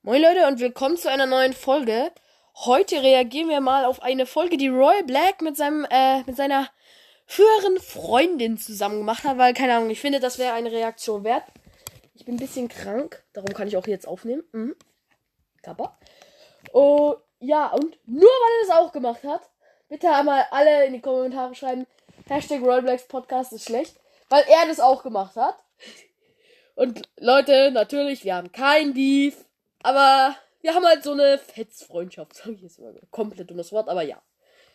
Moin Leute und willkommen zu einer neuen Folge. Heute reagieren wir mal auf eine Folge, die Roy Black mit seiner früheren Freundin zusammen gemacht hat, weil, keine Ahnung, ich finde, das wäre eine Reaktion wert. Ich bin ein bisschen krank, darum kann ich auch jetzt aufnehmen. Kappa. Oh, ja, und nur weil er das auch gemacht hat, bitte einmal alle in die Kommentare schreiben, Hashtag Roy Blacks Podcast ist schlecht, weil er das auch gemacht hat. Und Leute, natürlich, wir haben kein Beef. Aber wir haben halt so eine Fetzfreundschaft. Sag ich jetzt mal. Komplett dummes Wort, aber ja.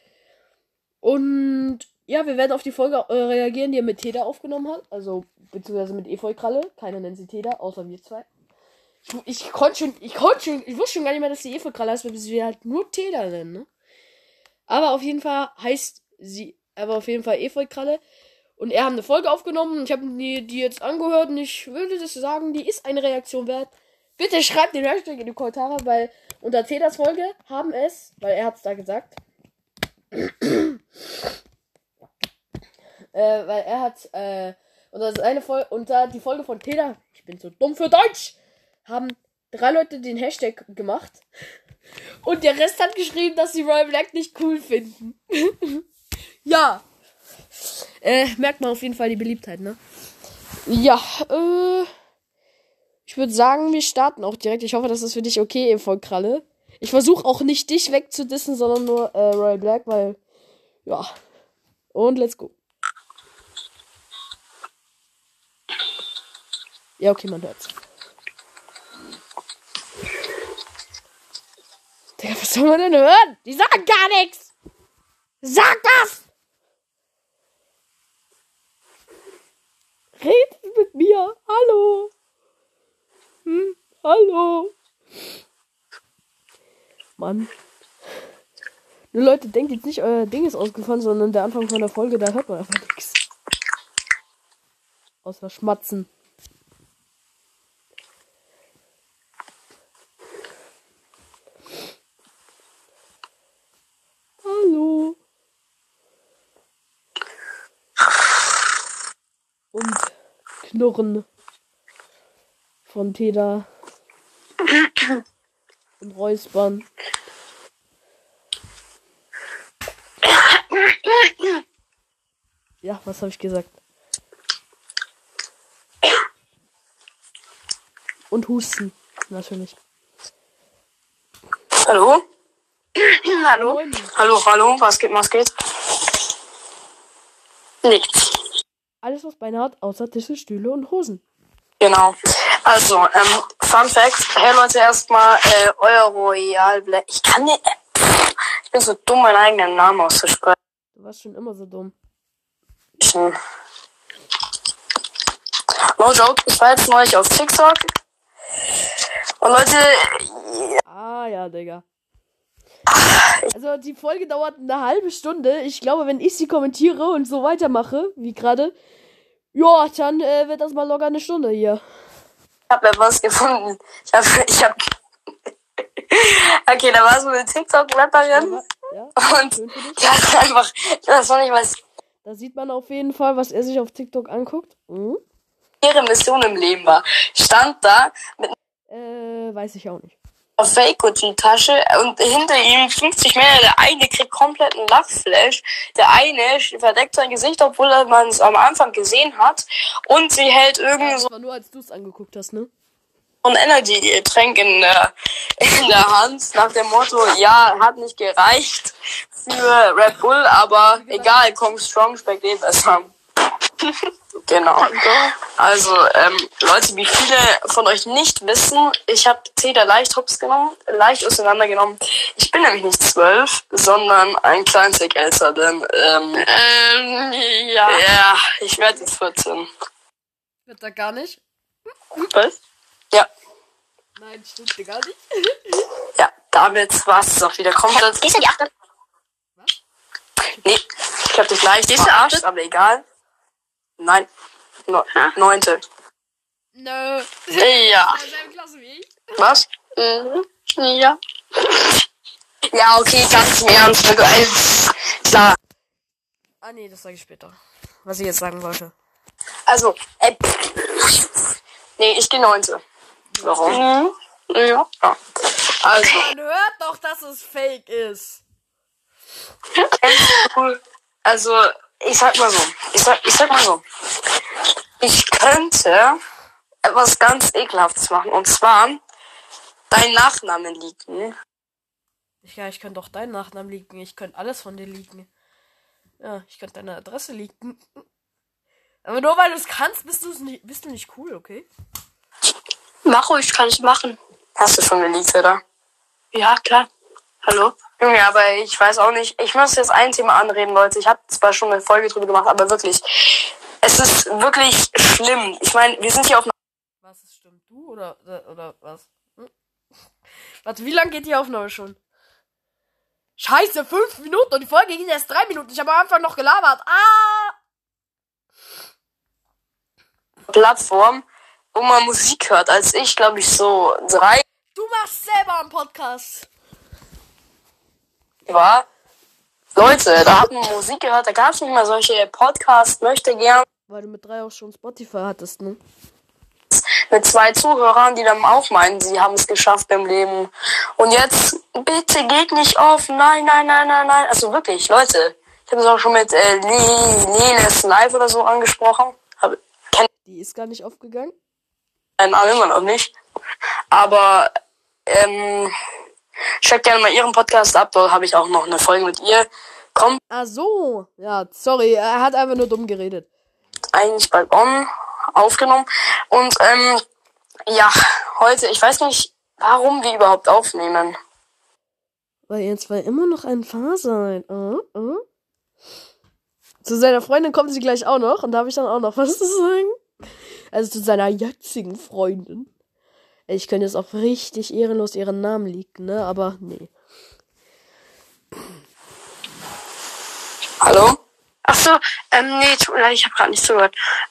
Und ja, wir werden auf die Folge reagieren, die er mit Teda aufgenommen hat. Also, beziehungsweise mit Efeu-Kralle. Keiner nennt sie Teda, außer wir zwei. Ich wusste schon gar nicht mehr, dass sie Efeu-Kralle heißt, weil sie halt nur Teda nennen, ne? Aber auf jeden Fall heißt sie, Efeu-Kralle. Und er hat eine Folge aufgenommen. Ich habe die jetzt angehört und ich würde das sagen, die ist eine Reaktion wert. Bitte schreibt den Hashtag in die Kommentare, weil unter Tedas Folge haben es, weil er hat es da gesagt, weil er hat, unter die Folge von Teda, ich bin so dumm für Deutsch, haben 3 Leute den Hashtag gemacht und der Rest hat geschrieben, dass sie Roy Black nicht cool finden. Ja. Merkt man auf jeden Fall die Beliebtheit, ne? Ja, ich würde sagen, wir starten auch direkt. Ich hoffe, das ist für dich okay, Efeu-Kralle. Ich versuche auch nicht dich wegzudissen, sondern nur Roy Black, weil, ja. Und let's go. Ja, okay, man hört's. Digga, was soll man denn hören? Die sagen gar nichts! Sag das! Red mit mir. Hallo. Hallo. Mann. Nur Leute, denkt jetzt nicht, euer Ding ist ausgefallen, sondern der Anfang von der Folge, da hört man einfach nichts. Außer Schmatzen. Hallo. Und Knurren von Teda und Räuspern. Ja, was habe ich gesagt? Und Husten, natürlich. Hallo? Hallo? Moin. Hallo, was geht? Nichts. Alles, was Beine hat, außer Tische, Stühle und Hosen. Genau. Also, Fun Fact. Hey Leute, erstmal, euer Royal Black. Ich bin so dumm, meinen eigenen Namen auszusprechen. Du warst schon immer so dumm. No joke, ich war jetzt neulich auf TikTok. Und Leute, Ah, ja, Digga. Also, die Folge dauert eine halbe Stunde. Ich glaube, wenn ich sie kommentiere und so weitermache, wie gerade, ja, dann wird das mal locker eine Stunde hier. ich habe ja was gefunden. Ich hab Okay, da war so eine TikTok-Rapperin. Ja, Und schön für dich. die hat einfach, ich weiß noch nicht, was Da sieht man auf jeden Fall, was er sich auf TikTok anguckt. ihre Mission im Leben war. Stand da mit Weiß ich auch nicht. einer Fake-Tasche und hinter ihm 50 Männer. Der eine kriegt komplett einen Lachflash. Der eine verdeckt sein Gesicht, obwohl man es am Anfang gesehen hat. Und sie hält irgend so Das war nur, als du es angeguckt hast, ne? ein Energy-Getränk in der Hand. Nach dem Motto, ja, hat nicht gereicht für Red Bull, aber egal, komm strong, schmeckt eh besser. Genau. Also, Leute, wie viele von euch nicht wissen, ich habe Teda leicht auseinandergenommen. Ich bin nämlich nicht 12, sondern ein kleines Tick älter, denn, ja, ich werde jetzt 14. Wird da gar nicht? Was? Ja. Nein, stimmt dir gar nicht. Ja, damit war's es auch wieder komplett. Ist ja die 8. Nee, ich hab dich leicht verarscht, aber egal. Nein. 9. Nö. Ja. Selbe Klasse wie ich. Was? Ja. Ja, okay, ganz im Ernst. Klar. Ah, nee, das sage ich später. Was ich jetzt sagen wollte. Also, nee, ich gehe 9. Warum? Ja. Also, Man hört doch, dass es fake ist. cool. Also, ich sag mal so. Ich könnte etwas ganz Ekelhaftes machen. Und zwar deinen Nachnamen leaken. Ja, ich könnte auch deinen Nachnamen leaken. Ich könnte alles von dir leaken. Ja, ich könnte deine Adresse leaken. Aber nur weil du es kannst, bist du nicht cool, okay? Mach ruhig, kann ich machen. Hast du schon geleakt, oder? Ja, klar. Hallo? Junge, aber ich weiß auch nicht. Ich muss jetzt ein Thema anreden, Leute. Ich habe zwar schon eine Folge drüber gemacht, aber wirklich. Es ist wirklich schlimm. Ich meine, wir sind hier auf... Was ist stimmt? Du oder was? Warte, wie lange geht die Aufnahme schon? Scheiße, 5 Minuten und die Folge ging erst 3 Minuten. Ich habe am Anfang noch gelabert. Plattform, wo man Musik hört, als ich, glaube ich, so 3 Du machst selber einen Podcast. war. Leute, da hat man Musik gehört, da gab es nicht mal solche Podcasts, möchte gern Weil du mit 3 auch schon Spotify hattest, ne? mit 2 Zuhörern, die dann auch meinen, sie haben es geschafft im Leben. Und jetzt, bitte geht nicht auf, nein. Also wirklich, Leute, ich habe es auch schon mit Lenes Live oder so angesprochen. Die ist gar nicht aufgegangen. Nein, immer noch nicht. Aber, checkt gerne mal ihren Podcast ab, da habe ich auch noch eine Folge mit ihr. Kommt Ach so. Ja, sorry, er hat einfach nur dumm geredet. eigentlich bald aufgenommen. Und, ja, heute, ich weiß nicht, warum wir überhaupt aufnehmen. Weil ihr zwei immer noch ein Paar seid. Zu seiner Freundin kommt sie gleich auch noch und da habe ich dann auch noch was zu sagen. Also zu seiner jetzigen Freundin. Ich könnte jetzt auch richtig ehrenlos ihren Namen leaken, ne? Aber nee. Hallo? Ach so, nee, tut mir leid, ich habe gerade nicht zugehört.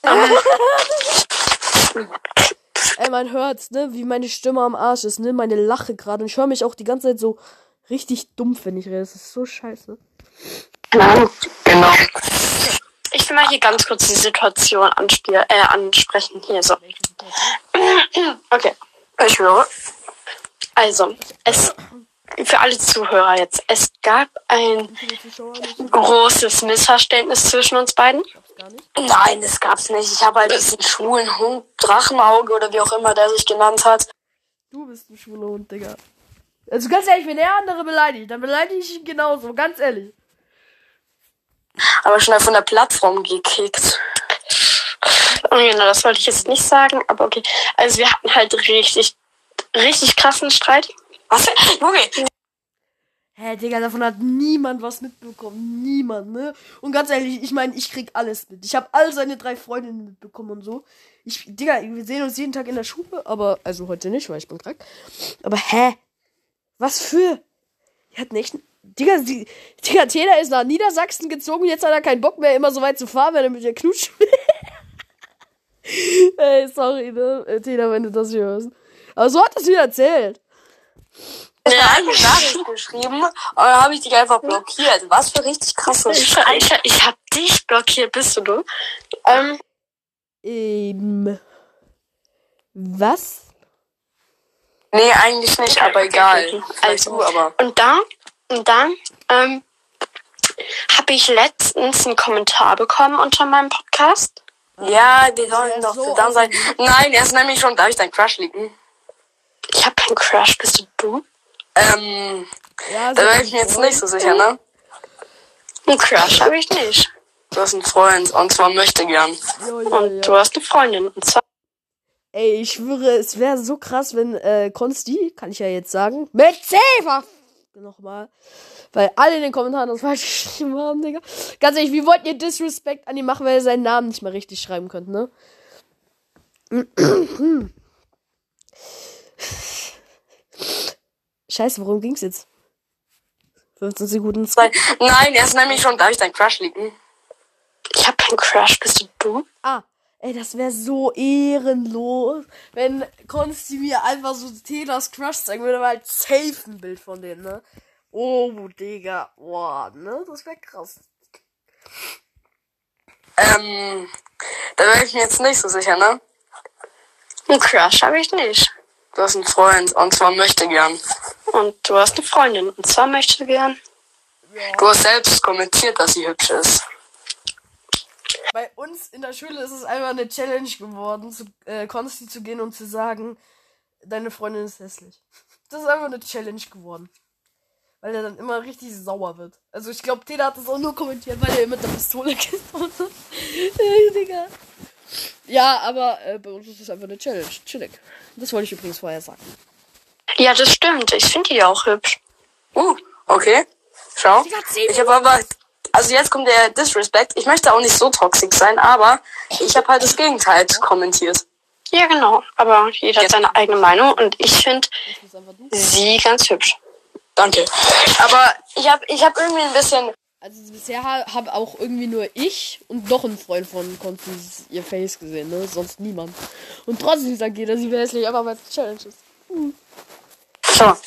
Ey, man hört's, ne? Wie meine Stimme am Arsch ist, ne? Meine Lache gerade. Und ich höre mich auch die ganze Zeit so richtig dumpf, wenn ich rede. Das ist so scheiße. Genau. Ich will mal hier ganz kurz die Situation ansprechen. Hier so. Okay, ich höre. Also, für alle Zuhörer jetzt. Es gab ein großes Missverständnis zwischen uns beiden. Nein, das gab's nicht. Ich habe halt diesen schwulen Hund, Drachenauge oder wie auch immer der sich genannt hat. Du bist ein schwuler Hund, Digga. Also ganz ehrlich, wenn der andere beleidigt, dann beleidige ich ihn genauso. Ganz ehrlich. Aber schnell von der Plattform gekickt. Oh, genau, das wollte ich jetzt nicht sagen, aber okay. Also wir hatten halt richtig krassen Streit. Was? Okay. Hä, Digga, davon hat niemand was mitbekommen. Niemand, ne? Und ganz ehrlich, ich meine, ich krieg alles mit. Ich habe all seine 3 Freundinnen mitbekommen und so. Digga, wir sehen uns jeden Tag in der Schule, aber, also heute nicht, weil ich bin krank. Aber hä? Was für? Die hatten echt... Digga, Taylor ist nach Niedersachsen gezogen, jetzt hat er keinen Bock mehr, immer so weit zu fahren, wenn er mit ihr knutschen will. Ey, sorry, ne? Taylor, wenn du das hier hörst. Aber so hat das wieder erzählt. Eine eigene Nachricht geschrieben und dann habe ich dich einfach blockiert. Was für richtig krasses Scheiße. Ich hab dich blockiert, bist du? Was? Nee, eigentlich nicht, aber egal. Also, aber. Und dann, habe ich letztens einen Kommentar bekommen unter meinem Podcast. Ja, die sollen doch so dann sein. Nein, er ist nämlich schon, darf ich deinen Crush liegen? Ich habe keinen Crush, bist du? Ja, da bin ich mir jetzt nicht so sicher, ne? Einen Crush habe ich nicht. Du hast einen Freund, und zwar möchte gern. Und du hast eine Freundin, und zwar... Ey, ich schwöre, es wäre so krass, wenn Konsti, kann ich ja jetzt sagen, mit C nochmal, weil alle in den Kommentaren das falsch geschrieben haben, Digga. Ganz ehrlich, wie wollt ihr Disrespect an ihn machen, weil ihr seinen Namen nicht mal richtig schreiben könnt, ne? Scheiße, worum ging's jetzt? 15 Sekunden. Nein, er ist nämlich schon, darf ich deinen Crush liegen? Ich hab keinen Crush, bist du? Ey, das wäre so ehrenlos, wenn Konsti mir einfach so Taylors Crush zeigen würde, weil halt safe ein Bild von denen, ne? Oh, Digga, boah, ne? Das wäre krass. Da wäre ich mir jetzt nicht so sicher, ne? Einen Crush habe ich nicht. Du hast einen Freund und zwar möchte gern. Und du hast eine Freundin und zwar möchte gern. Du hast selbst kommentiert, dass sie hübsch ist. Bei uns in der Schule ist es einfach eine Challenge geworden, zu Konsti zu gehen und zu sagen, deine Freundin ist hässlich. Das ist einfach eine Challenge geworden. Weil er dann immer richtig sauer wird. Also ich glaube, Teda hat das auch nur kommentiert, weil er mit der Pistole gestoßen hat. Digga. Ja, aber bei uns ist es einfach eine Challenge. Chillig. Das wollte ich übrigens vorher sagen. Ja, das stimmt. Ich finde die auch hübsch. Okay. Schau. Digga, 10 Ich habe aber... Also jetzt kommt der Disrespect. Ich möchte auch nicht so toxisch sein, aber ich habe halt das Gegenteil kommentiert. Ja, genau. Aber jeder hat seine eigene Meinung und ich finde Das ist einfach du. sie ganz hübsch. Danke. Aber ich hab irgendwie ein bisschen... Also bisher habe auch irgendwie nur ich und noch ein Freund von Konsti ihr Face gesehen, ne? Sonst niemand. Und trotzdem sagt jeder, sie wäre hässlich, aber weil es Challenge ist. Schau.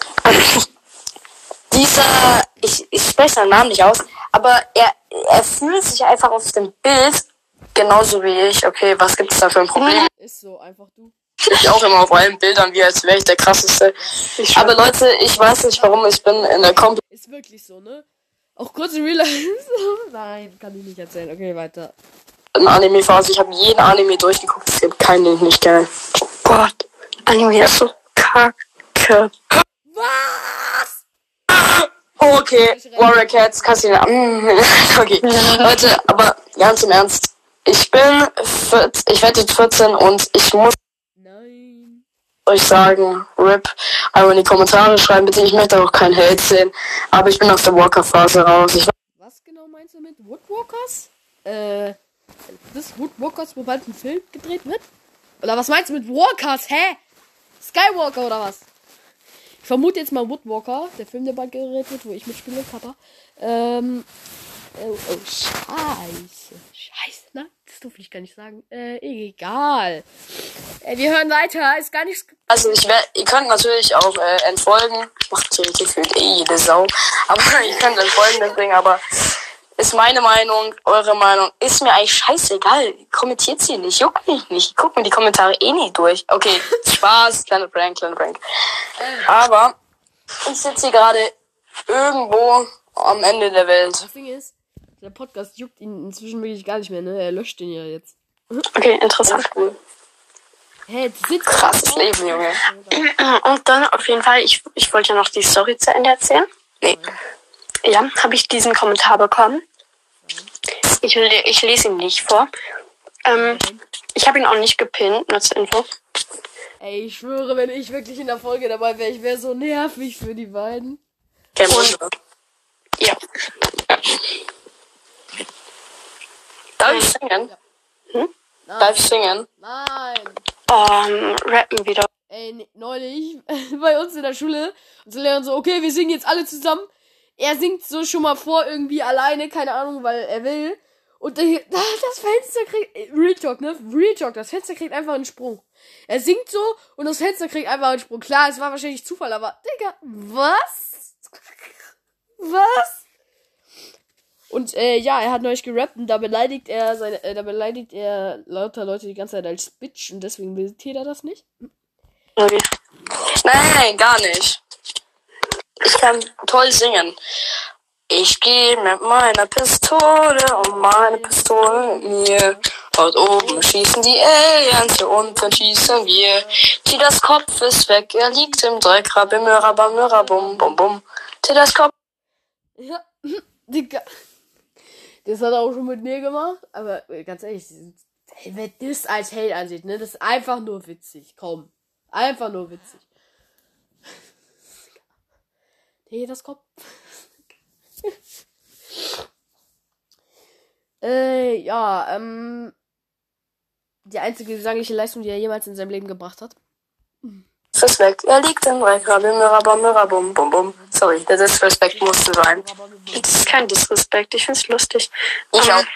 Dieser... Ich spreche seinen Namen nicht aus, aber er fühlt sich einfach auf dem Bild genauso wie ich. Okay, was gibt es da für ein Problem? Ist so, einfach du. Ich auch immer auf allen Bildern, wie als wäre ich der krasseste. Aber Leute, ich weiß nicht warum, ich bin in der Ist wirklich so, ne? Auch kurz in Real Life. Nein, kann ich nicht erzählen. Okay, weiter. Anime-Phase. Ich habe jeden Anime durchgeguckt. Es gibt keinen, den ich nicht kenne. Oh Gott, Anime ist so kacke. Was? Okay, Warrior Cats, Cassina. Okay, Leute, aber ganz im Ernst. Ich werde jetzt 14 und ich muss Nein. euch sagen, RIP, aber in die Kommentare schreiben bitte. Ich möchte auch kein Hate sehen, aber ich bin aus der Walker-Phase raus. Was genau meinst du mit Woodwalkers? Das Woodwalkers, wo bald ein Film gedreht wird? Oder was meinst du mit Walkers? Hä? Skywalker oder was? Ich vermute jetzt mal Woodwalker, der Film, der bald gedreht wird, wo ich mitspiele, Papa. Scheiße, ne? Das darf ich gar nicht sagen. Egal. Wir hören weiter, ist gar nichts. Also ihr könnt natürlich auch entfolgen. Macht so gefühlt jede Sau. Aber ihr könnt entfolgen deswegen, aber ist meine Meinung, eure Meinung. Ist mir eigentlich scheißegal. Kommentiert sie nicht, juckt mich nicht. Ich guck mir die Kommentare eh nie durch. Okay, Spaß, kleiner Prank. Aber ich sitze hier gerade irgendwo am Ende der Welt. Das Ding ist, der Podcast juckt ihn inzwischen wirklich gar nicht mehr, ne? Er löscht den ja jetzt. Okay, interessant. Cool. Hä, du sitzt Krasses Leben, Junge. Und dann auf jeden Fall, ich wollte ja noch die Story zu Ende erzählen. Nee. Ja, habe ich diesen Kommentar bekommen. Ich lese ihn nicht vor. Ich habe ihn auch nicht gepinnt, nur zur Info. Ey, ich schwöre, wenn ich wirklich in der Folge dabei wäre, ich wäre so nervig für die beiden. Kein Wunder. Ja. Darf ich singen? Darf ich singen? Nein. Rappen wieder. Ey, neulich bei uns in der Schule, unsere Lehrerin so, okay, wir singen jetzt alle zusammen. Er singt so schon mal vor irgendwie alleine, keine Ahnung, weil er will. Und das Fenster kriegt, Real Talk, ne? Real Talk, das Fenster kriegt einfach einen Sprung. Er singt so und das Fenster kriegt einfach einen Sprung. Klar, es war wahrscheinlich Zufall, aber, Digga, was? Was? Und, ja, er hat neulich gerappt und da beleidigt er lauter Leute die ganze Zeit als Bitch und deswegen will Teda das nicht. Okay. Nein, gar nicht. Ich kann toll singen. Ich gehe mit meiner Pistole und meine Pistole mit mir. Dort oben schießen die Aliens, hier unten schießen wir. Tidas Kopf ist weg, er liegt im Dreck. Rabimöra, bum, bum, bum. Tidas Kopf. Ja, Digga. Das hat er auch schon mit mir gemacht, aber ganz ehrlich, wer das als Hate ansieht, ne, das ist einfach nur witzig. Komm. Einfach nur witzig. Das Kopf. Ja, die einzige gesangliche Leistung, die er jemals in seinem Leben gebracht hat. Ist weg, er liegt im Dreck. Rabimöra, bum, bum, bum. Sorry, der Disrespect musste sein. Das ist kein Disrespect, ich find's lustig. Ich auch.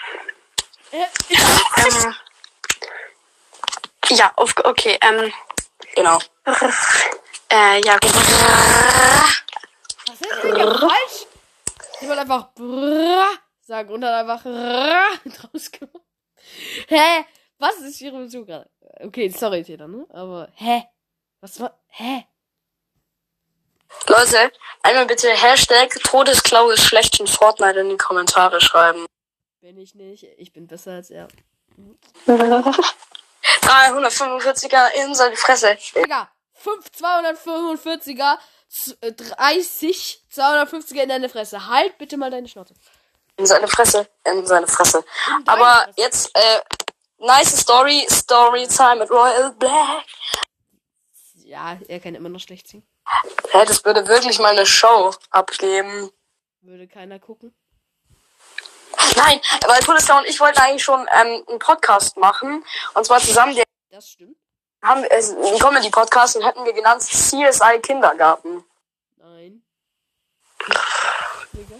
Ja, okay, Genau. ja, gut. Was ist denn falsch? Ich wollte einfach sagen und dann einfach draus gemacht. Hä? Was ist hier so gerade? Okay, sorry, Täter, ne? Aber, hä? Was war? Hä? Leute, einmal bitte Hashtag Todesklau ist schlecht in Fortnite in die Kommentare schreiben. Bin ich nicht. Ich bin besser als er. 345er in seine Fresse. Digga, 5 245er, 30 250er in deine Fresse. Halt bitte mal deine Schnauze. In seine Fresse. In seine Fresse. In deine Aber Fresse. jetzt, nice Storytime mit Royal Black. Ja, er kann immer noch schlecht singen. Hä, das würde wirklich mal eine Show abgeben. Würde keiner gucken. Nein, weil Todesklau und ich wollten eigentlich schon einen Podcast machen. Und zwar zusammen, Das stimmt. haben wir einen Comedy-Podcast und hätten wir genannt CSI Kindergarten. Nein. Digga.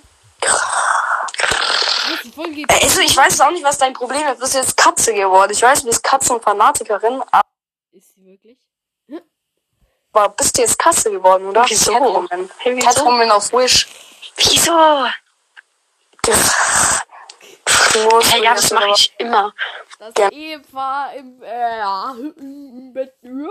Die Folge geht Also ich weiß auch nicht, was dein Problem ist. Du bist jetzt Katze geworden. Ich weiß, du bist Katzenfanatikerin, Ist sie wirklich? aber bist du jetzt Katze geworden, oder? Wieso? Catwoman. Hey, wieso? Catwoman auf Wish. Wieso? Ja, ja, das mache ich immer. Das Ja. Eva im Bett.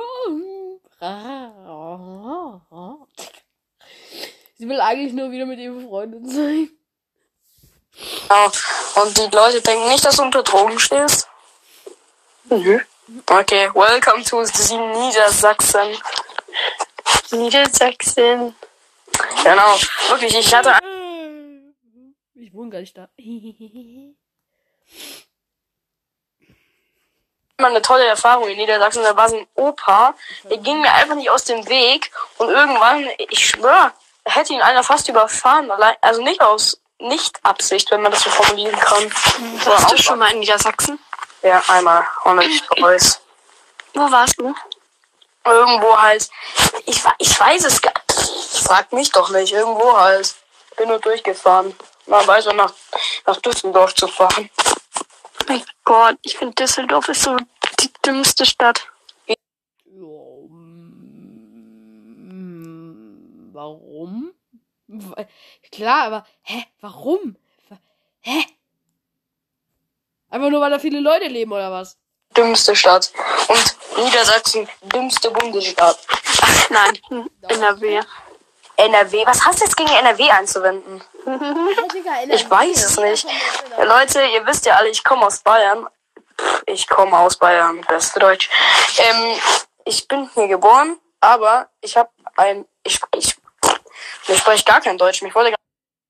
Sie will eigentlich nur wieder mit ihr befreundet sein. Ja, und die Leute denken nicht, dass du unter Drogen stehst. Nö. Okay, welcome to the Niedersachsen. Niedersachsen. Genau, wirklich, ich hatte Ich wohne gar nicht da. mal eine tolle Erfahrung in Niedersachsen. Da war so ein Opa, der ging mir einfach nicht aus dem Weg und irgendwann, ich schwör, hätte ihn einer fast überfahren. Also nicht aus Nicht-Absicht, wenn man das so formulieren kann. Warst du schon mal in Niedersachsen? Ja, einmal. Und ich weiß. Wo warst du? Irgendwo halt. Ich weiß es gar nicht. Frag mich doch nicht. Irgendwo halt. Bin nur durchgefahren. Man weiß auch nach Düsseldorf zu fahren. Mein Gott, ich finde Düsseldorf ist so die dümmste Stadt. Warum? Klar, aber warum? Hä? Einfach nur, weil da viele Leute leben, oder was? Dümmste Stadt. Und Niedersachsen, dümmste Bundesstaat. Ach nein, NRW. NRW? Was hast du jetzt gegen NRW einzuwenden? Ich weiß es nicht. Ja, Leute, ihr wisst ja alle, ich komme aus Bayern. Ich komme aus Bayern, beste Deutsch. Ich bin hier geboren, aber ich habe ich spreche gar kein Deutsch. Mich wollte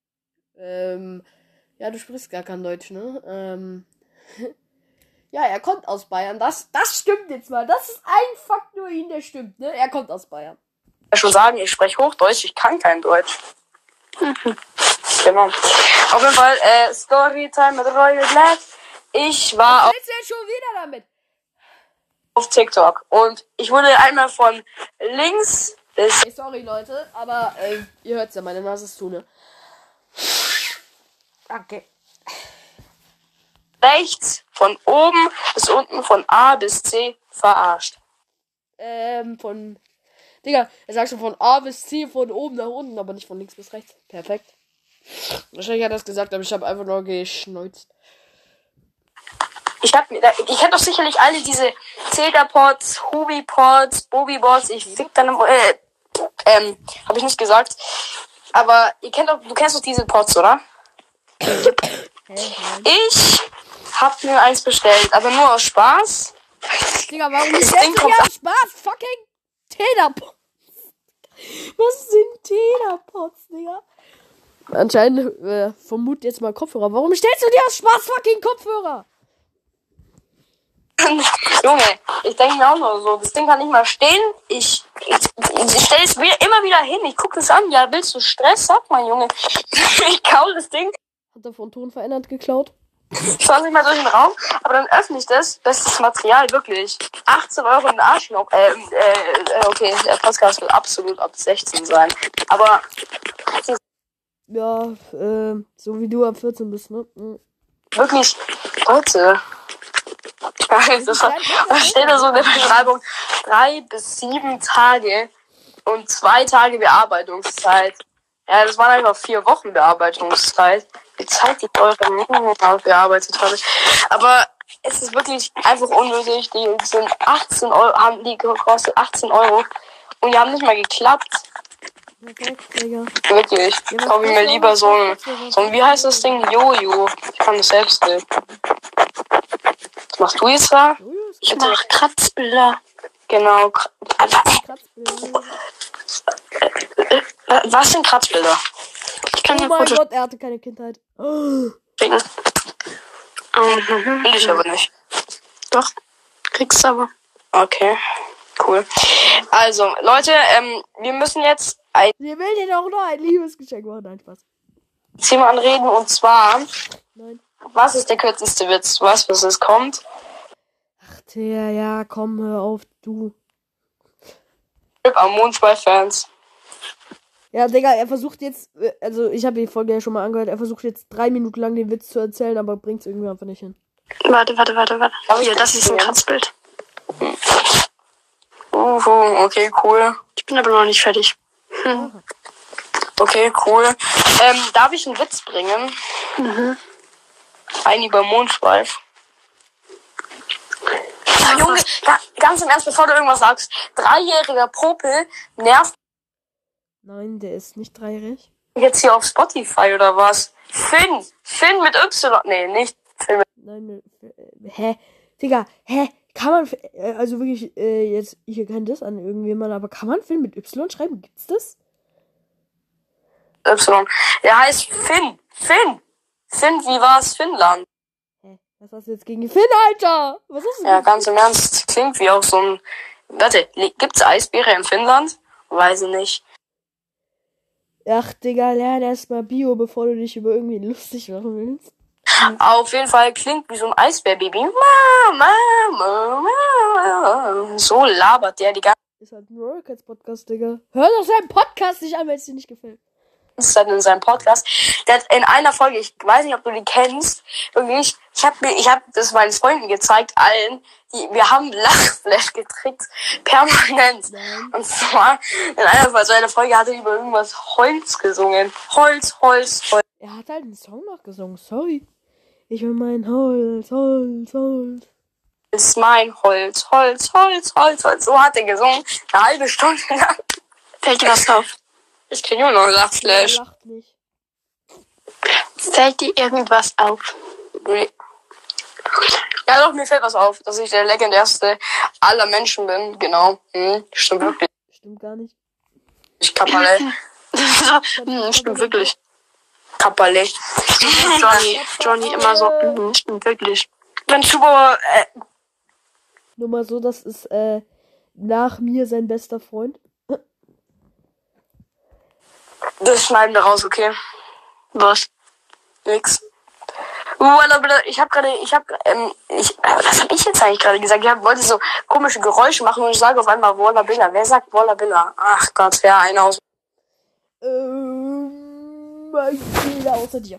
Ja, du sprichst gar kein Deutsch, ne? Ja, er kommt aus Bayern. Das stimmt jetzt mal. Das ist ein Fakt nur ihn, der stimmt, ne? Er kommt aus Bayern. schon sagen, ich spreche Hochdeutsch, ich kann kein Deutsch. Genau. Auf jeden Fall, Storytime mit Royal Black. Ich war Willst du jetzt schon wieder damit? auf TikTok und ich wurde einmal von links bis Hey, sorry, Leute, aber ihr hört's ja, meine Nase ist zu, ne? Okay. rechts, von oben bis unten, von A bis C verarscht. Digga, er sagt schon von A bis C, von oben nach unten, aber nicht von links bis rechts. Perfekt. Wahrscheinlich hat er das gesagt, aber ich habe einfach nur geschneuzt. Ich hätte doch sicherlich alle diese Zelda-Pods, Hubi-Pods, Bobi-Bots, ich fick dann hab ich nicht gesagt. Aber du kennst doch diese Pods, oder? Ich hab mir eins bestellt, aber nur aus Spaß. Digga, warum Das stellst Ding du kommt dir aus Spaß fucking Telepods? Was sind Telepods, Digga? Anscheinend vermut jetzt mal Kopfhörer. Warum stellst du dir aus Spaß fucking Kopfhörer? Junge, ich denke mir auch nur so, das Ding kann nicht mal stehen. Ich stelle es immer wieder hin. Ich gucke das an. Ja, willst du Stress? Sag mal, Junge. Ich kau das Ding. Hat er von Ton verändert geklaut? Ich fasse nicht mal durch den Raum, aber dann öffne ich das. Bestes Material, wirklich. 18 Euro in den Arsch. Okay, der Podcast will absolut ab 16 sein. Aber Ja, so wie du ab 14 bist, ne? wirklich, Leute. Da steht da so in der Beschreibung 3 bis 7 Tage und 2 Tage Bearbeitungszeit. Ja, das waren einfach 4 Wochen Bearbeitungszeit. Die Zeit, die eure Mutter bearbeitet habe. Aber es ist wirklich einfach unnötig. Die sind 18 Euro, haben die gekostet 18 Euro. Und die haben nicht mal geklappt. Perfekt, Digga. Wirklich. Kaufe ich mir lieber so ein, wie heißt das Ding? Jojo. Ich kann das selbst nicht. Was machst du jetzt da? Ich mache Kratzbilder. Genau. Kratzbilder. Was sind Kratzbilder? Ich kann Oh dir mein Fotos Gott, er hatte keine Kindheit. Oh. schicken. Mhm. Will ich aber nicht. Doch, kriegst du aber. Okay. Cool. Also, Leute, wir müssen jetzt ein Sie will dir doch noch ein Liebesgeschenk machen. Nein, Spaß. Thema anreden und zwar, Nein. was ist der kürzeste Witz? Du weißt, was es kommt? Ach, Thea, ja, komm, hör auf, du. Am Mond bei Fans. Ja, Digga, er versucht jetzt, also ich habe die Folge ja schon mal angehört, er versucht jetzt 3 Minuten lang den Witz zu erzählen, aber bringt's irgendwie einfach nicht hin. Warte. Darf ich Hier, das ist ein sehen? Kratzbild. Okay, cool. Ich bin aber noch nicht fertig. Okay, cool. Darf ich einen Witz bringen? Ein über Mondschweif. Junge, ganz im Ernst, bevor du irgendwas sagst. 3-jähriger Popel nervt Nein, der ist nicht dreijährig. jetzt hier auf Spotify oder was? Finn mit Y. Nee, nicht Finn mit Nein, hä? Digga, hä? Kann man, also wirklich, jetzt, ich erkenne das an irgendjemand, aber kann man Film mit Y schreiben? Gibt's das? Y. Der heißt Finn. Finn, wie war's? Finnland. Hä? Was hast du jetzt gegen Finn, Alter? Was hast du Ja, ganz im Ernst, klingt wie auch so ein... Warte, gibt's Eisbären in Finnland? Weiß ich nicht. Ach, Digga, lern erstmal Bio, bevor du dich über irgendwie lustig machen willst. Auf jeden Fall klingt wie so ein Eisbärbaby. So labert der die ganze Ist halt ein Royal Cats Podcast, Digga. Hör doch seinen Podcast nicht an, wenn es dir nicht gefällt. Zeit in seinem Podcast. Der hat in einer Folge, ich weiß nicht, ob du die kennst, irgendwie, ich hab das meinen Freunden gezeigt, allen, wir haben Lachflash gekriegt, permanent. Nein. Und zwar, in einer Folge hat er über irgendwas Holz gesungen. Holz. Er hat halt einen Song nachgesungen, sorry. Ich will mein Holz. Ist mein Holz. So hat er gesungen, eine halbe Stunde lang. Fällt dir was auf? Ich krieg nur noch Er Lachflash. lacht nicht. Fällt dir irgendwas auf? Ja doch, mir fällt was auf, dass ich der legendärste aller Menschen bin. Genau. Stimmt wirklich. Stimmt gar nicht. Ich Kappalle. Stimmt wirklich. Kappalle. Johnny immer so, stimmt wirklich. Wenn Zuschauer, Nur mal so, das ist, nach mir sein bester Freund. das schneiden wir raus, okay? Was? Nix. Was hab ich jetzt eigentlich gerade gesagt? Ich wollte so komische Geräusche machen und ich sage auf einmal Walla Billa. Wer sagt Walla Billa? Ach Gott, wer einer aus Jeder außer dir.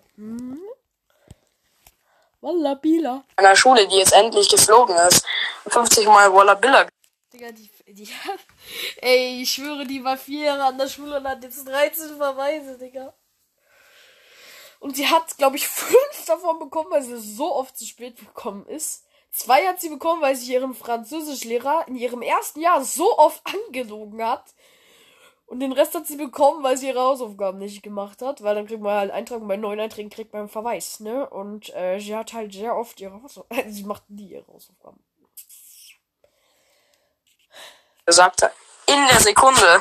Walla Bila. einer Schule, die jetzt endlich geflogen ist. 50 Mal Walla Billa. Digga, ey, ich schwöre, die war 4 Jahre an der Schule und hat jetzt 13 Verweise, Digga. Und sie hat, glaube ich, 5 davon bekommen, weil sie so oft zu spät gekommen ist. 2 hat sie bekommen, weil sie ihren Französischlehrer in ihrem ersten Jahr so oft angelogen hat. Und den Rest hat sie bekommen, weil sie ihre Hausaufgaben nicht gemacht hat. Weil dann kriegt man halt Eintragung, bei 9 Einträgen kriegt man einen Verweis, ne? Und sie hat halt sehr oft ihre Hausaufgaben. Sie macht nie ihre Hausaufgaben. Gesagt hat. In der Sekunde.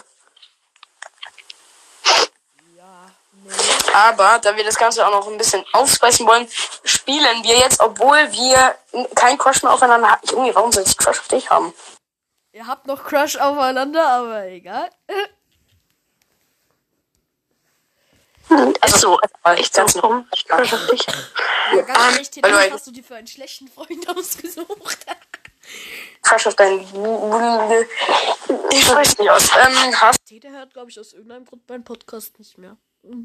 Ja, nee. Aber, da wir das Ganze auch noch ein bisschen aufspeisen wollen, spielen wir jetzt, obwohl wir keinen Crush mehr aufeinander haben. Junge, warum soll ich Crush auf dich haben? Ihr habt noch Crush aufeinander, aber egal. Ist so. Ich Ganz dumm. Crush auf dich. Ja, ganz ehrlich, weil du was hast du dir für einen schlechten Freund ausgesucht? Crush auf deinen... Ich weiß nicht aus. Hast Tete hört, glaube ich, aus irgendeinem Grund meinen Podcast nicht mehr.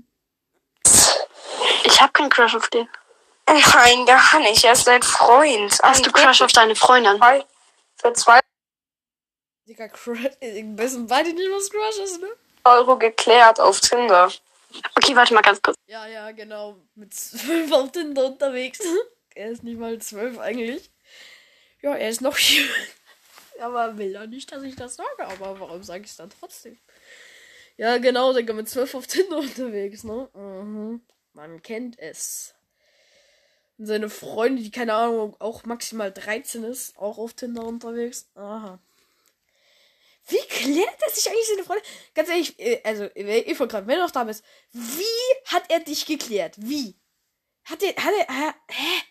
Ich hab keinen Crush auf den. Nein, gar nicht. Er ist dein Freund. Hast du Crush auf deine Freundin? Für 2 Digga, Crush. Wissen beide nicht, was Crush ist, ne? Euro geklärt auf Tinder. Okay, warte mal ganz kurz. Ja, genau. Mit 12 auf Tinder unterwegs. Er ist nicht mal 12 eigentlich. Ja, er ist noch hier. Aber will er nicht, dass ich das sage. Aber warum sage ich es dann trotzdem? Ja, genau, Digga, mit 12 auf Tinder unterwegs, ne? Mhm. Man kennt es. Und seine Freundin, die, keine Ahnung, auch maximal 13 ist, auch auf Tinder unterwegs. Aha. Wie klärt er sich eigentlich seine Freundin? Ganz ehrlich, also, Eva gerade, wenn du noch da bist, wie hat er dich geklärt? Wie? Hat er, hä?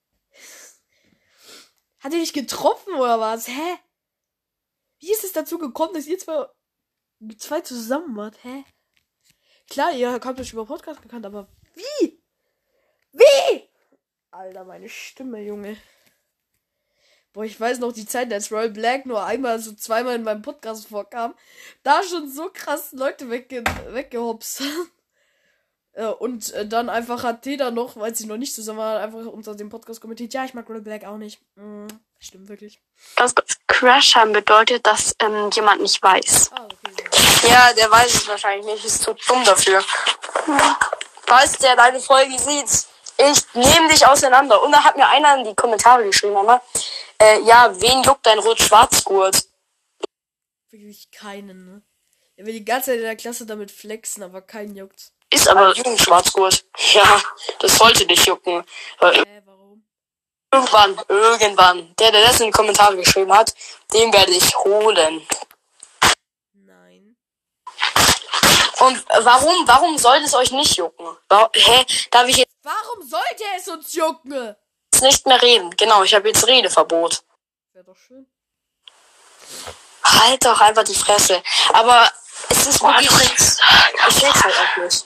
Hat er dich getroffen oder was? Hä? Wie ist es dazu gekommen, dass ihr zwei zusammen wart? Hä? Klar, ihr habt euch über Podcast gekannt, aber wie? Wie? Alter, meine Stimme, Junge. Boah, ich weiß noch die Zeit, als Roy Black nur einmal, so zweimal in meinem Podcast vorkam. Da schon so krass Leute weggehopst. Und dann einfach hat Teda noch, weil sie noch nicht zusammen war, einfach unter dem Podcast kommentiert. Ja, ich mag Roy Black auch nicht. Stimmt wirklich. Das Crash haben bedeutet, dass jemand nicht weiß. Ah, okay. Ja, der weiß es wahrscheinlich nicht. Ist zu dumm dafür. Falls der deine Folge sieht, ich nehme dich auseinander. Und da hat mir einer in die Kommentare geschrieben, Mama. Ja, wen juckt dein Rot-Schwarz-Gurt? Wirklich keinen, ne? Er will die ganze Zeit in der Klasse damit flexen, aber keinen juckt's. Ist aber Jugendschwarzgurt. Ja, das sollte dich jucken. Warum? Irgendwann. Der das in die Kommentare geschrieben hat, den werde ich holen. Nein. Und warum soll es euch nicht jucken? Darf ich jetzt Warum sollte es uns jucken? nicht mehr reden? Genau, ich habe jetzt Redeverbot. Wäre doch schön. Halt doch einfach die Fresse. Aber es ist wirklich... Ich check's halt auch nicht.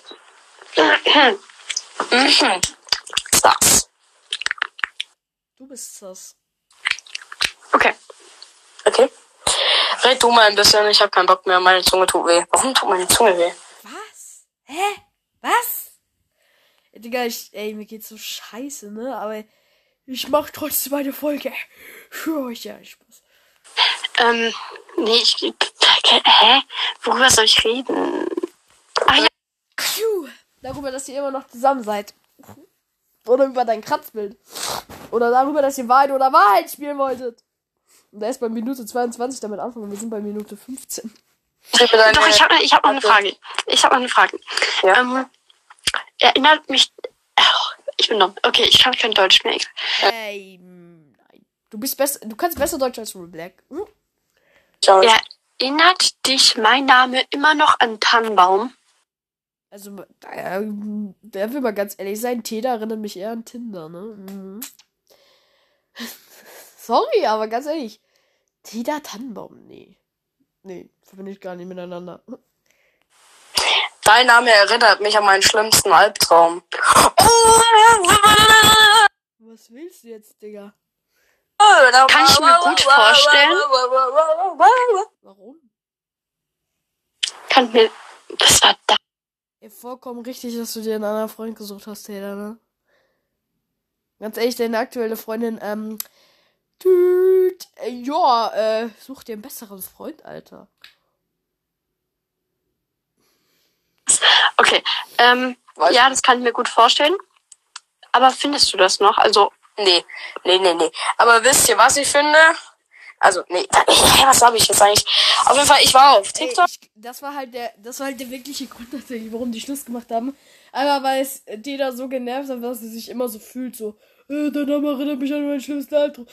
Das. Du bist das. okay. Okay. Red du mal ein bisschen, ich habe keinen Bock mehr, meine Zunge tut weh. Warum tut meine Zunge weh? Was? Hä? Was? Digga, mir geht's so scheiße, ne? Aber ich mach trotzdem eine Folge. Für euch, ja, Spaß. Nee, hä? Worüber soll ich reden? Ach ja. Darüber, dass ihr immer noch zusammen seid. Oder über dein Kratzbild. Oder darüber, dass ihr Wahrheit oder Wahrheit spielen wolltet. Und er ist bei Minute 22 damit anfangen und wir sind bei Minute 15. Doch, ich hab noch eine Frage. Ja. Erinnert mich... ich bin dumm. Okay, ich kann kein Deutsch mehr. Nein. Du kannst besser Deutsch als Roy Black. Hm? Erinnert dich mein Name immer noch an Tannenbaum? Also, der will mal ganz ehrlich sein, Teda erinnert mich eher an Tinder, ne? Mhm. Sorry, aber ganz ehrlich. Teda Tannenbaum, nee. Nee, verbinde ich gar nicht miteinander. Dein Name erinnert mich an meinen schlimmsten Albtraum. Was willst du jetzt, Digga? Kann ich mir gut vorstellen. Warum? Das war da. Ja, vollkommen richtig, dass du dir einen anderen Freund gesucht hast, Teda, ne? Ganz ehrlich, deine aktuelle Freundin, such dir einen besseren Freund, Alter. Okay, ja, das kann ich mir gut vorstellen. Aber findest du das noch? Also, Nee. Aber wisst ihr, was ich finde? Also, nee. Was habe ich jetzt eigentlich? Auf jeden Fall, ich war auf TikTok. Das war halt der wirkliche Grund tatsächlich, warum die Schluss gemacht haben. Einmal, weil es Teda so genervt hat, dass sie sich immer so fühlt, so, dein Name erinnert mich an meinen schlimmsten Albtraum.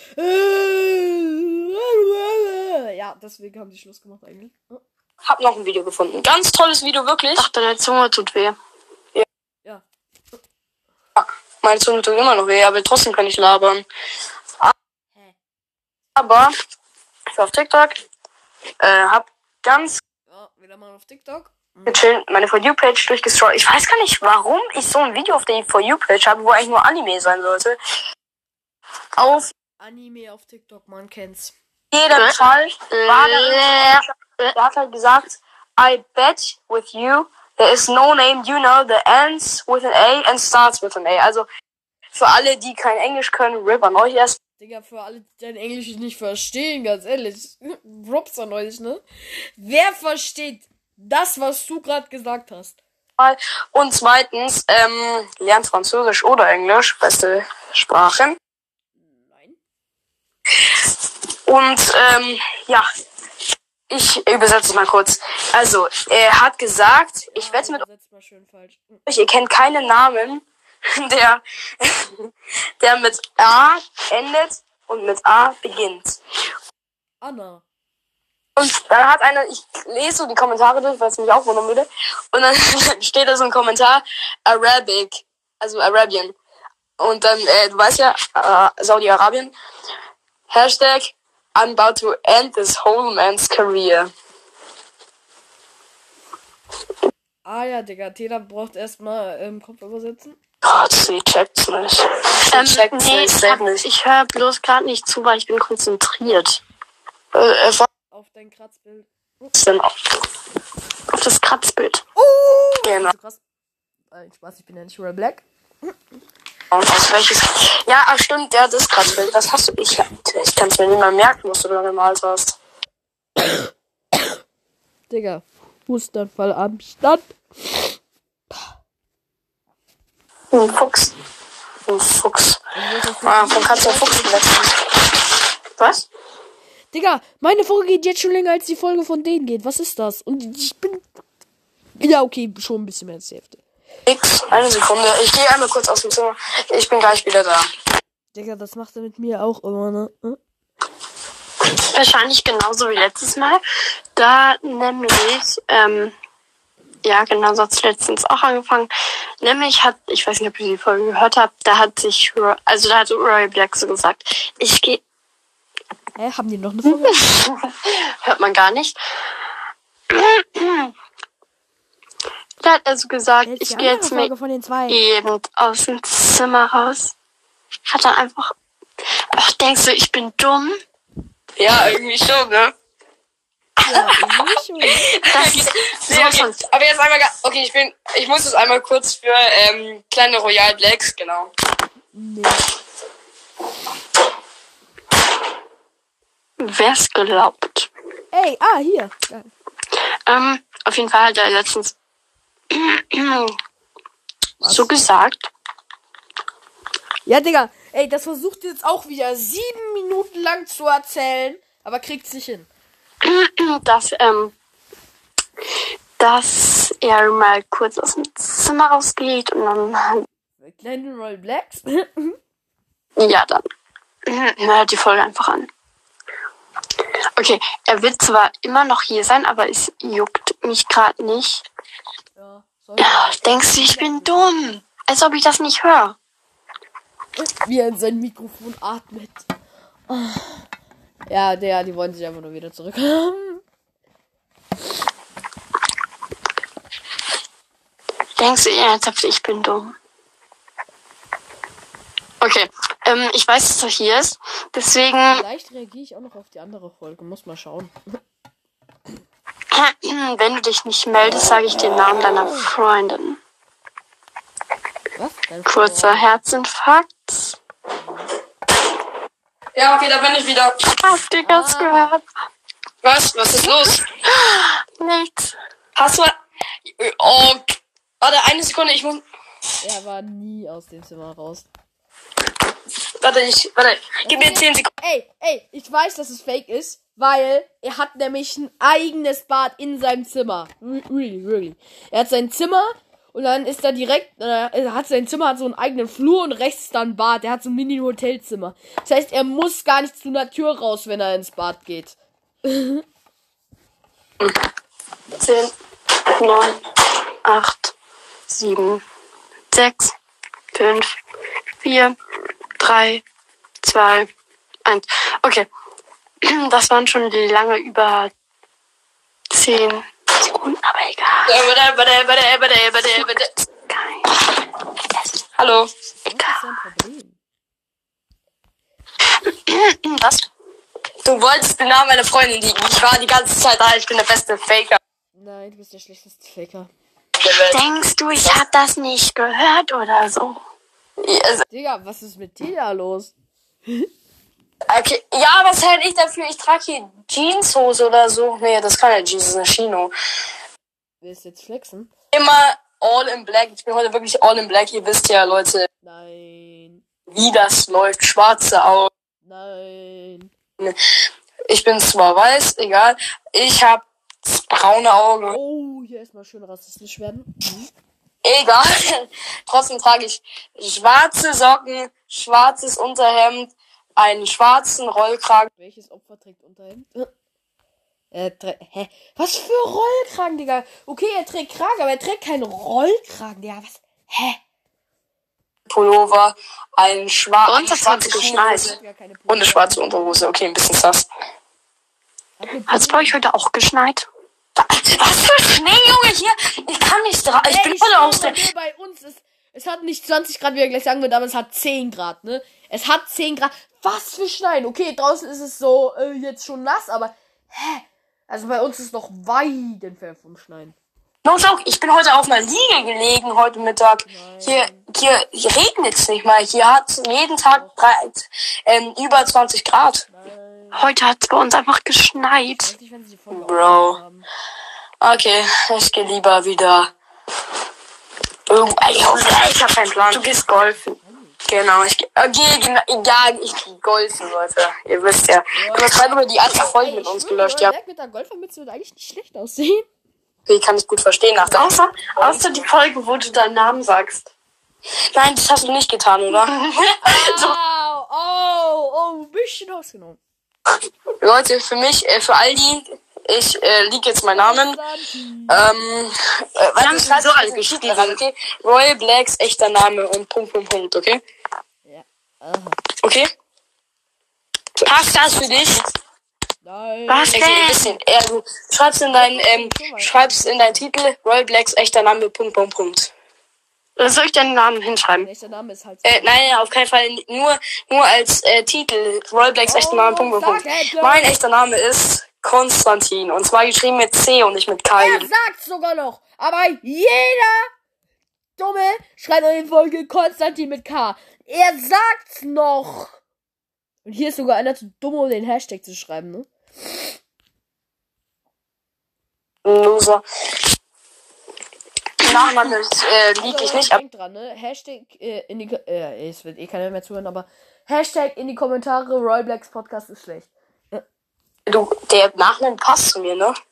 Ja, deswegen haben die Schluss gemacht eigentlich. Hab noch ein Video gefunden. Ganz tolles Video, wirklich. ach, deine Zunge tut weh. Ja. Meine Zunge tut immer noch weh, aber trotzdem kann ich labern. Hä? Aber ich war auf TikTok, hab ganz Ja, wieder mal auf TikTok. gechillt meine For You-Page durchgestrollt. Ich weiß gar nicht, warum ich so ein Video auf der For You-Page habe, wo eigentlich nur Anime sein sollte. Auf Anime auf TikTok, man kennt's. jeden Fall war der hat halt gesagt, I bet with you, there is no name you know that ends with an A and starts with an A. Also, für alle, die kein Englisch können, RIP an euch erst. Digga, für alle, die dein Englisch nicht verstehen, ganz ehrlich. Props an euch, ne? Wer versteht das, was du gerade gesagt hast? Und zweitens, lernt Französisch oder Englisch, beste Sprachen. Nein. Und, ja. Ich übersetze es mal kurz. Also, er hat gesagt, ich wette mit Mal schön falsch. euch, ihr kennt keinen Namen, der mit A endet und mit A beginnt. Anna. Und dann hat einer, ich lese so die Kommentare durch, weil es mich auch wundern würde. Und dann steht da so ein Kommentar, Arabic, also Arabian. Und dann, du weißt ja, Saudi-Arabien. Hashtag, I'm about to end this whole man's career. Ah ja, Digga, Tela braucht erstmal Kopf übersetzen. Gott, sie checkt's nicht. Sie checkt's Nee, nicht, safe nicht. ich höre bloß gerade nicht zu, weil ich bin konzentriert. Was Auf dein Kratzbild. denn? Auf das Kratzbild. Genau. Also krass. Spaß, ich bin ja nicht Royal Black. Aus welches? Ja, ach stimmt, ja, das Kratzbild. Das hast du. Ich kann es mir nicht mal merken, was du da gemalt hast. Digga, Hustenfall am Stand. Ein Fuchs. Ein Fuchs. Von Katze auf Fuchs gewechselt. Was? Digga, meine Folge geht jetzt schon länger als die Folge von denen geht. Was ist das? Und ich bin... Ja, okay, schon ein bisschen mehr als die Hälfte. Nix, eine Sekunde. Ich gehe einmal kurz aus dem Zimmer. Ich bin gleich wieder da. Digga, das macht er mit mir auch immer, ne? Wahrscheinlich genauso wie letztes Mal. Da nämlich, ja, genau, so hat es letztens auch angefangen. Nämlich ich weiß nicht, ob ihr die Folge gehört habt, da hat Roy Black so gesagt, ich gehe... Hä, haben die noch eine Folge? Hört man gar nicht. Da hat also gesagt, ich gehe jetzt Folge von den zwei. eben aus dem Zimmer raus. Hat dann einfach... Ach, denkst du, ich bin dumm? Ja, irgendwie schon, ne? Ja, irgendwie schon. Das ist sowas von... Aber jetzt einmal, okay, ich muss es einmal kurz für, kleine Royal Blacks, genau. Nee. Wer's glaubt. Ey, hier. Geil. Auf jeden Fall hat er letztens so gesagt. Ja, Digga, ey, das versucht jetzt auch wieder 7 Minuten lang zu erzählen, aber kriegt's nicht hin. Dass er mal kurz aus dem Zimmer rausgeht und dann... Kleine Royal Blacks? Ja, dann hört die Folge einfach an. Okay, er wird zwar immer noch hier sein, aber es juckt mich gerade nicht. Ja, Denkst du, ich bin dumm? Als ob ich das nicht höre. wie er in sein Mikrofon atmet. Ja, die wollen sich einfach nur wieder zurück. Denkst du ernsthaft, ich bin dumm? Okay, ich weiß, dass er hier ist. Deswegen, Vielleicht reagiere ich auch noch auf die andere Folge. Muss mal schauen. wenn du dich nicht meldest, sage ich den Namen deiner Freundin. Was? Kurzer Herzinfarkt. Ja, okay, da bin ich wieder. Habt ihr das gehört? Was ist los? Nichts. Hast du... Oh, warte, eine Sekunde, ich muss... Er war nie aus dem Zimmer raus. Warte, gib mir 10 Sekunden. Ey, ich weiß, dass es fake ist, weil er hat nämlich ein eigenes Bad in seinem Zimmer. Really. Er hat sein Zimmer und dann ist da direkt, hat so einen eigenen Flur und rechts ist dann ein Bad. Er hat so ein Mini-Hotelzimmer. Das heißt, er muss gar nicht zu einer Tür raus, wenn er ins Bad geht. 10, 9, 8, 7, 6, 5, 4, 3, 2, 1. Okay. Das waren schon lange über 10 Sekunden, aber egal. Geil. Hallo. Das ist ein Problem. Was? Du wolltest den Namen meiner Freundin liegen. Ich war die ganze Zeit da. Ich bin der beste Faker Nein, du bist der schlechteste Faker. der Welt. Denkst du, ich hab das nicht gehört oder so? Also, Digga, was ist mit dir da los? okay. Ja, was hält ich dafür? Ich trage hier Jeanshose oder so. Nee, das kann ja Jeans, das ist eine Chino. Willst du jetzt flexen? Immer all in black. Ich bin heute wirklich all in black. Ihr wisst ja, Leute, Nein. wie das läuft. Schwarze Augen. Nein. Ich bin zwar weiß, egal. Ich hab braune Augen. Oh, hier erstmal schön rassistisch werden. Mhm. Egal. Trotzdem trage ich schwarze Socken, schwarzes Unterhemd, einen schwarzen Rollkragen. Welches Opfer trägt Unterhemd? Hä? Was für Rollkragen, Digga? Okay, er trägt Kragen, aber er trägt keinen Rollkragen, Digga. Was? Hä? Pullover, einen Und das hat schwarzen geschneit. und eine schwarze Unterhose. Okay, ein bisschen sass. Hat's bei euch heute auch geschneit? Was für Schnee, Junge, hier? Ich kann nicht drauf. Ich bin voll aus der... Bei uns ist, es hat nicht 20 Grad, wie er gleich sagen wird, aber es hat 10 Grad, ne? Es hat 10 Grad. Was für Schneien? Okay, draußen ist es so, jetzt schon nass, aber, hä? Also bei uns ist noch weit entfernt vom Schneien. Los, auch, ich bin heute auf einer Liege gelegen, heute Mittag. Hier regnet's nicht mal. Hier hat's jeden Tag über 20 Grad. Heute hat's bei uns einfach geschneit. Weiß nicht, wenn sie die Folge Bro. aufgenommen haben. Okay, ich gehe lieber wieder... Ich hab keinen Plan. Du gehst golfen. Genau, ich gehe golfen, Leute. Ihr wisst ja. Du hast gerade über die alte Folge mit uns gelöscht, ja. Mit der Golfermütze wird eigentlich nicht schlecht aussehen. Okay, kann ich gut verstehen nach der... Außer die Folge, wo du deinen Namen sagst. Nein, das hast du nicht getan, oder? Oh, ein bisschen ausgenommen. Leute, für mich, für all die, ich liege jetzt meinen Namen. haben Ich schreibe so alle diesen geschrieben. Titel ran, okay? Royal Blacks echter Name und Punkt, okay? Ja. Okay? Passt das für dich? Nein. Was Okay, ein denn? bisschen. Du schreibst in deinen Titel Royal Blacks echter Name, Punkt. Soll ich deinen Namen hinschreiben? Welcher Name ist halt... Nein, auf keinen Fall. Nur als Titel Royal Blacks echter Name, Punkt. Mein echter Name ist Konstantin. Und zwar geschrieben mit C und nicht mit K. Er sagt's sogar noch. Aber jeder Dumme schreibt in die Folge Konstantin mit K. Er sagt's noch. Und hier ist sogar einer zu dumm, um den Hashtag zu schreiben, ne? Loser. Nachname lieg ich nicht ab. Denkt dran, ne? Hashtag es wird keiner mehr zuhören, aber Hashtag in die Kommentare, Roy Blacks Podcast ist schlecht. Der Nachname passt zu mir, ne?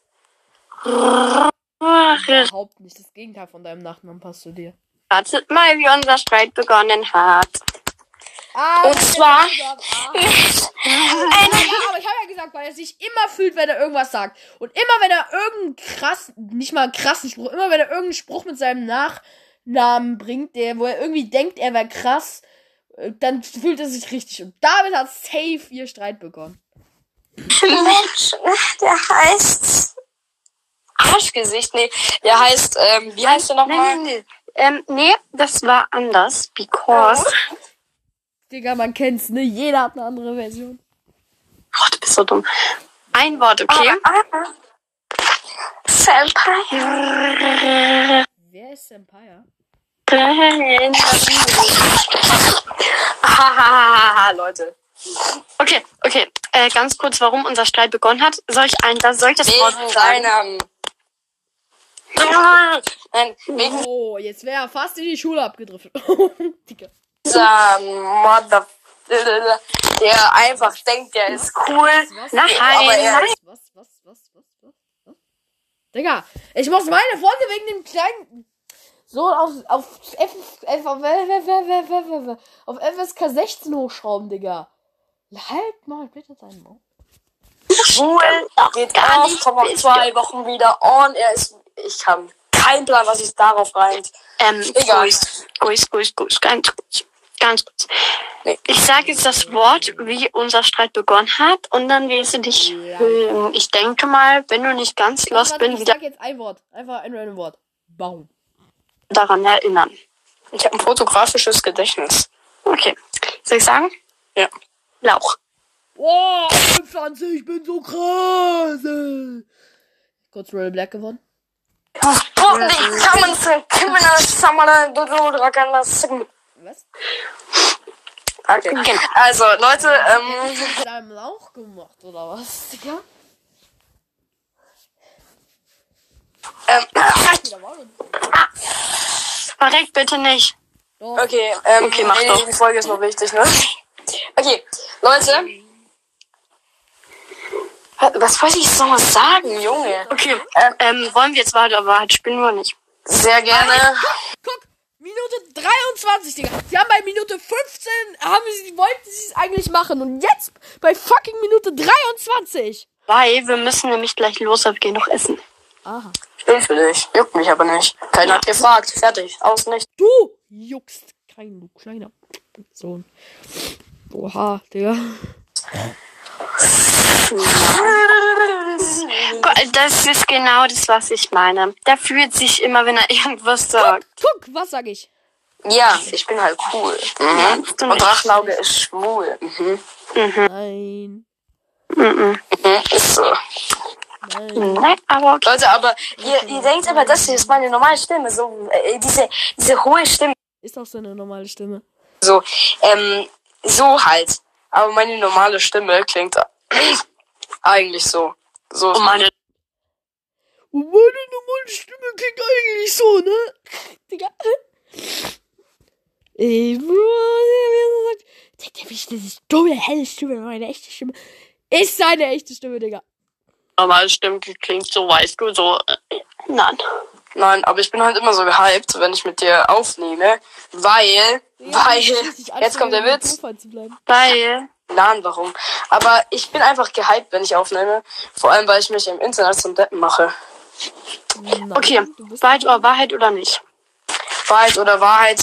Überhaupt nicht. Das Gegenteil von deinem Nachnamen passt zu dir. Wartet mal, wie unser Streit begonnen hat. Und zwar... Ja, aber ich habe ja gesagt, weil er sich immer fühlt, wenn er irgendwas sagt. Und immer wenn er nicht mal einen krassen Spruch, immer wenn er irgendeinen Spruch mit seinem Nachnamen bringt, wo er irgendwie denkt, er wäre krass, dann fühlt er sich richtig. Und damit hat safe ihr Streit begonnen. Mensch, der heißt... Arschgesicht, nee. Der heißt, wie heißt der nochmal? Nee, das war anders, because... Digga, man kennt's, ne? Jeder hat eine andere Version. Oh, du bist so dumm. Ein Wort, okay? Senpai. Wer ist Senpai? Leute. Okay. Ganz kurz, warum unser Streit begonnen hat. Soll ich das Wort Wegen sagen? deinem... Nein, wegen Oh, jetzt wäre er fast in die Schule abgedriftet. Digga. dieser Mother... Der einfach denkt, der ist cool. Aber er ist... Was? Digga, ich muss meine Folge wegen dem kleinen... So auf FSK 16 hochschrauben, Digga. Halt mal bitte seinen Mund. Cool, geht auf, kommt noch 2 Wochen wieder on. Ich habe keinen Plan, was ist darauf rein. Egal. Guis, ganz kurz. Nee. Ich sage jetzt das Wort, wie unser Streit begonnen hat, und dann wirst du dich, ich denke mal, wenn du nicht ganz lost bist, Ich wieder sag jetzt ein Wort. Einfach ein random Wort. Baum. daran erinnern. Ich habe ein fotografisches Gedächtnis. Okay. Soll ich sagen? Ja. Lauch. Oh, 25, ich bin so krass. Kurz Royal Black gewonnen. Was? Okay. Also, Leute, Hast du mit einem Lauch gemacht, oder was, Digga? Verreckt bitte nicht. Doch. okay, Okay, mach doch. Die Folge ist noch wichtig, ne? Okay, Leute. Was wollte ich so was sagen, Junge? Okay, wollen wir jetzt Wahrheit oder Wahrheit spielen oder nicht? Sehr gerne. Guck, Minute 23, Digga. Sie haben bei Minute 15, wollten sie es eigentlich machen. Und jetzt bei fucking Minute 23. Weil wir müssen nämlich gleich los, aber wir gehen noch essen. Aha. Stimmt für dich. Juckt mich aber nicht. Keiner hat gefragt. Fertig. Aus nicht. Du juckst kein, du kleiner Sohn. Oha, Digga. Das ist genau das, was ich meine. Der fühlt sich immer, wenn er irgendwas sagt. Guck, was sag ich? Ja, ich bin halt cool. Mhm. Und Drachenauge ist schwul. Mhm. Nein. Mhm. Ist so. Nein, aber okay. Leute, aber ihr denkt aber, das hier ist meine normale Stimme. So, diese hohe Stimme. Ist auch so eine normale Stimme. So, so halt. Aber meine normale Stimme klingt eigentlich so. So. Und meine normale Stimme klingt eigentlich so, ne? Digga. Ey, Bro, wie er sagt, denkt er, diese dumme, helle Stimme, meine echte Stimme. Ist seine echte Stimme, Digga. normale Stimme klingt so, weißt du, so. Nein. Nein, aber ich bin halt immer so gehypt, wenn ich mit dir aufnehme, weil, jetzt kommt der Witz. Weil. Nein, warum? Aber ich bin einfach gehypt, wenn ich aufnehme. Vor allem, weil ich mich im Internet zum Deppen mache. Nein, Okay, Wahrheit oder nicht? Wahrheit oder Wahrheit?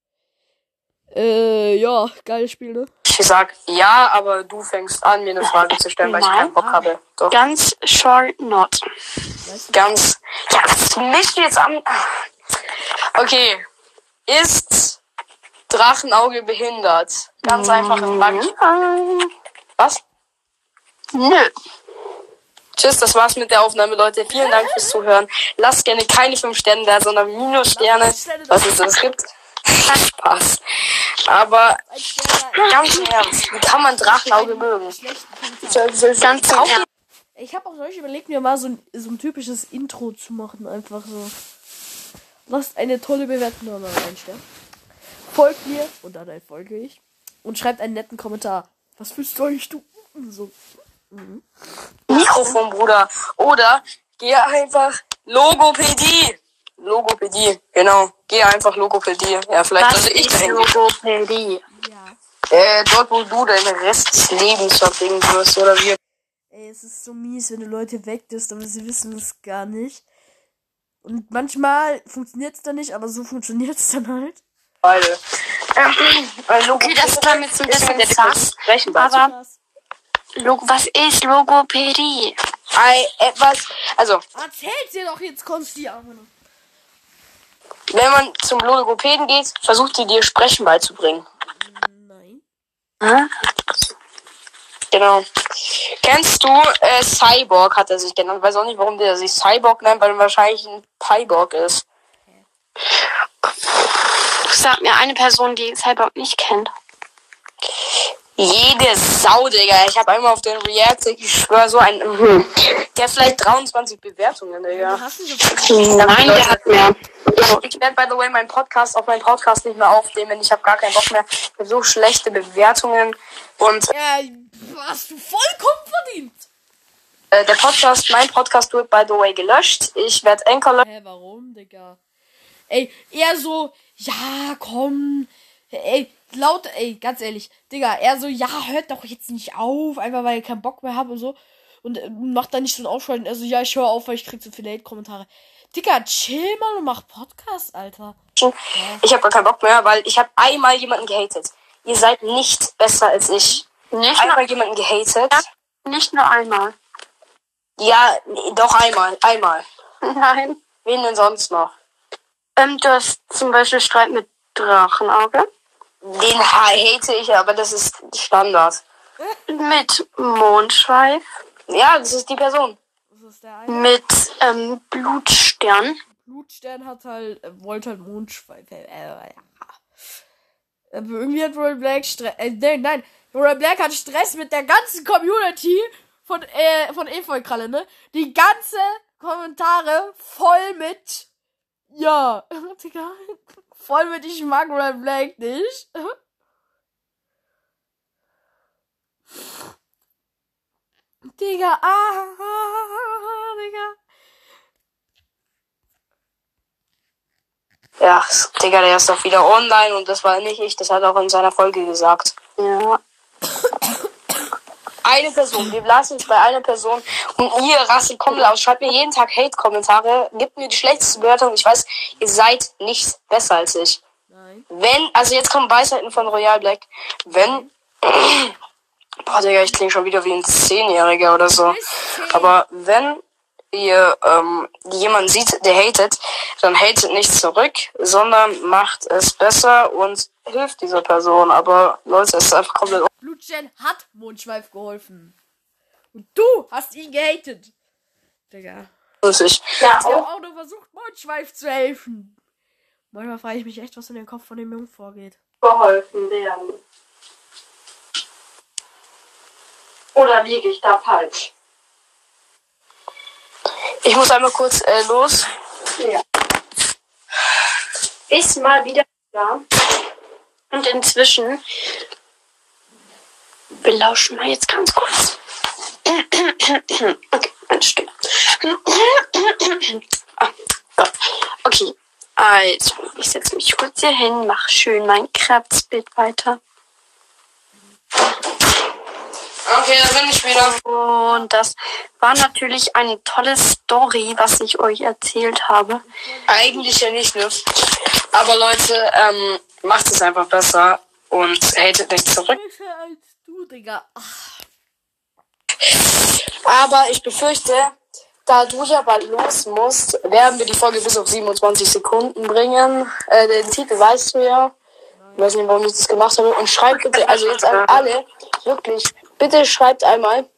Ja, geiles Spiel, ne? Ich sag ja, aber du fängst an, mir eine Frage zu stellen, weil ich keinen Bock habe. Doch. Ganz short not. Ganz. Ja, was mischst du jetzt an? Okay. Ist Drachenauge behindert? Ganz einfache Frage. Was? Nö. Tschüss, das war's mit der Aufnahme, Leute. Vielen Dank fürs Zuhören. Lasst gerne keine 5 Sterne da, sondern Minussterne, was es das gibt. Spaß. Aber ganz im Ernst, wie kann man Drachenauge mögen? Ganz im Ich habe auch neulich überlegt, mir mal so ein typisches Intro zu machen. Einfach so. Lasst eine tolle Bewertung nochmal reinstellen. Folgt mir und dann folge ich. Und schreibt einen netten Kommentar. Was fühlst du eigentlich du? So. Mikrofon, Bruder. Oder geh einfach Logopädie. Logopädie, genau. Geh einfach Logopädie. Ja, vielleicht Was sollte ich ist dahin. Logopädie? Ja. Dort, wo du deinen Rest des Lebens verbringen wirst, oder wie? Ey, es ist so mies, wenn du Leute wegdisst, aber sie wissen es gar nicht. Und manchmal funktioniert es dann nicht, aber so funktioniert es dann halt. Beide. Okay, das ist damit so ein bisschen sass. Sprechen, Aber was ist Logopädie? also, Erzähl's dir doch jetzt, Konsti. wenn man zum Logopäden geht, versucht die dir Sprechen beizubringen. Nein. Hm? Genau. Kennst du Cyborg, hat er sich genannt. Weiß auch nicht, warum der sich Cyborg nennt, weil er wahrscheinlich ein Pyborg ist. Sag mir eine Person, die Cyborg nicht kennt. Jede Sau, Digga. Ich habe einmal auf den reacted, ich schwör, so ein... Der hat vielleicht 23 Bewertungen, Digga. Du hast nicht auf Nein, der hat mehr. Ich werde, by the way, meinen Podcast nicht mehr aufnehmen. Ich habe gar keinen Bock mehr. Ich hab so schlechte Bewertungen. Und Ja, hast du vollkommen verdient. mein Podcast wird, by the way, gelöscht. Ich werde Anchor löschen. Hä, warum, Digga? Ey, eher so, ja, komm. Ey, ganz ehrlich, Digga, eher so, ja, hört doch jetzt nicht auf, einfach weil ich keinen Bock mehr habe und so. Und macht da nicht so ein Aufschrei. Und er so, ja, ich höre auf, weil ich krieg so viele Hate-Kommentare. Digga, chill mal und mach Podcast, Alter. Ich habe gar keinen Bock mehr, weil ich habe einmal jemanden gehatet. Ihr seid nicht besser als ich. Nicht Einmal jemanden gehatet. Nicht nur einmal. Ja, nee, doch einmal. Nein. Wen denn sonst noch? Du hast zum Beispiel Streit mit Drachenauge. Den hate ich, aber das ist Standard. Mit Mondschweif. Ja, das ist die Person. Das ist der eine. Mit Blutstern. Blutstern hat halt, wollte halt Mondschweif. Ja. Aber irgendwie hat Royal Black Stress. Nein. Royal Black hat Stress mit der ganzen Community von Efeukralle, ne? Die ganze Kommentare voll mit. Ja. Digga. Voll mit ich mag Royal Black nicht. Digga, Digga. Ja, Digga, der ist doch wieder online und das war nicht ich, das hat er auch in seiner Folge gesagt. Ja. Eine Person, wir lassen es bei einer Person und ihr rastet komplett aus. Schreibt mir jeden Tag Hate-Kommentare, gebt mir die schlechteste Bewertung. Ich weiß, ihr seid nicht besser als ich. Nein. Wenn, also jetzt kommen Weisheiten von Royal Black, wenn, boah, Digga, ich klinge schon wieder wie ein 10-Jähriger oder so. Aber wenn ihr jemanden sieht, der hatet, dann hatet nicht zurück, sondern macht es besser und hilft dieser Person. Aber Leute, es ist einfach komplett Blutchen hat Mondschweif geholfen. Und du hast ihn gehatet. Digga. unschuldig. Ja, auch nur versucht, Mondschweif zu helfen. Manchmal frage ich mich echt, was in den Kopf von dem Jungen vorgeht. Geholfen werden. Oder liege ich da falsch? Ich muss einmal kurz los. Ja. Ist mal wieder da. Und inzwischen, wir lauschen mal jetzt ganz kurz. Okay, eine Stimme. Okay, also, ich setze mich kurz hier hin, mache schön mein Kratzbild weiter. Okay, da bin ich wieder. Und das war natürlich eine tolle Story, was ich euch erzählt habe. Eigentlich ja nicht, ne? Aber Leute, macht es einfach besser und hatet nicht zurück. Besser als du, Digga. Ach, Aber ich befürchte, da du ja bald los musst, werden wir die Folge bis auf 27 Sekunden bringen. Den Titel weißt du ja. Ich weiß nicht, warum ich das gemacht habe. Und schreibt bitte, also jetzt an alle, wirklich, bitte schreibt einmal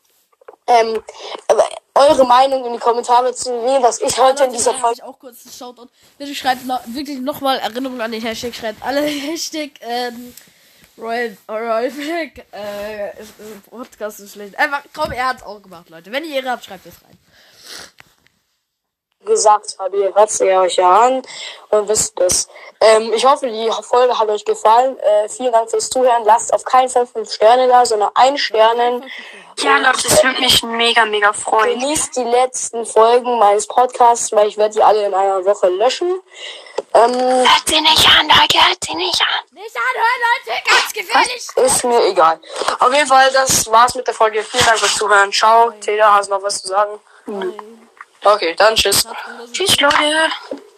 eure Meinung in die Kommentare zu dem, was ich heute in dieser Folge... auch kurz einen Shoutout. Bitte schreibt wirklich nochmal Erinnerung an den Hashtag. Schreibt alle Hashtag Royal Black. Podcast ist schlecht. Einfach, komm, er hat's auch gemacht, Leute. Wenn ihr Ehre habt, schreibt es rein. gesagt habe, ihr hört es euch ja an und wisst es. Ich hoffe, die Folge hat euch gefallen. Vielen Dank fürs Zuhören. Lasst auf keinen Fall 5 Sterne da, sondern 1 Sternen. Ja, Leute, es würde mich mega, mega freuen. Genießt die letzten Folgen meines Podcasts, weil ich werde die alle in einer Woche löschen. Hört sie nicht an, Leute, hört sie nicht an. Nicht anhören, Leute. Ganz gefährlich. Ist mir egal. Auf jeden Fall, das war's mit der Folge. Vielen Dank fürs Zuhören. Ciao. Teda, hast du noch was zu sagen? Okay, dann tschüss. Tschüss, Leute.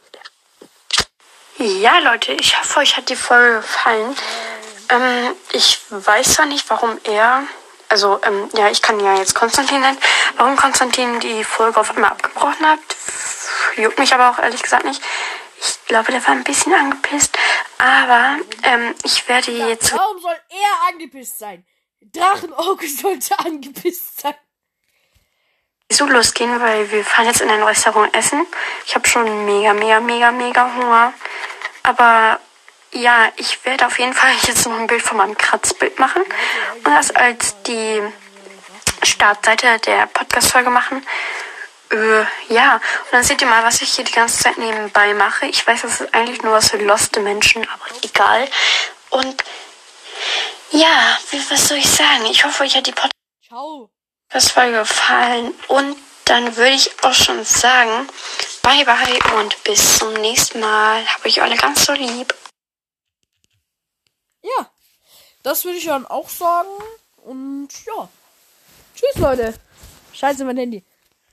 Ja, Leute, ich hoffe, euch hat die Folge gefallen. Ich weiß zwar nicht, warum er... Also, ja, ich kann ja jetzt Konstantin nennen. Warum Konstantin die Folge auf einmal abgebrochen hat, juckt mich aber auch ehrlich gesagt nicht. Ich glaube, der war ein bisschen angepisst. Aber, ich werde jetzt... Warum soll er angepisst sein? Drachenauge sollte angepisst sein. so losgehen, weil wir fahren jetzt in ein Restaurant essen. Ich habe schon mega, mega, mega, mega Hunger. Aber ja, ich werde auf jeden Fall jetzt noch ein Bild von meinem Kratzbild machen und das als die Startseite der Podcast-Folge machen. Ja, und dann seht ihr mal, was ich hier die ganze Zeit nebenbei mache. Ich weiß, das ist eigentlich nur was für loste Menschen, aber egal. Und ja, was soll ich sagen? Ich hoffe, euch hat die Podcast-Folge gefallen. Und dann würde ich auch schon sagen, bye bye und bis zum nächsten Mal. Hab euch alle ganz so lieb. Ja, das würde ich dann auch sagen. Und ja, tschüss, Leute. Scheiße, mein Handy.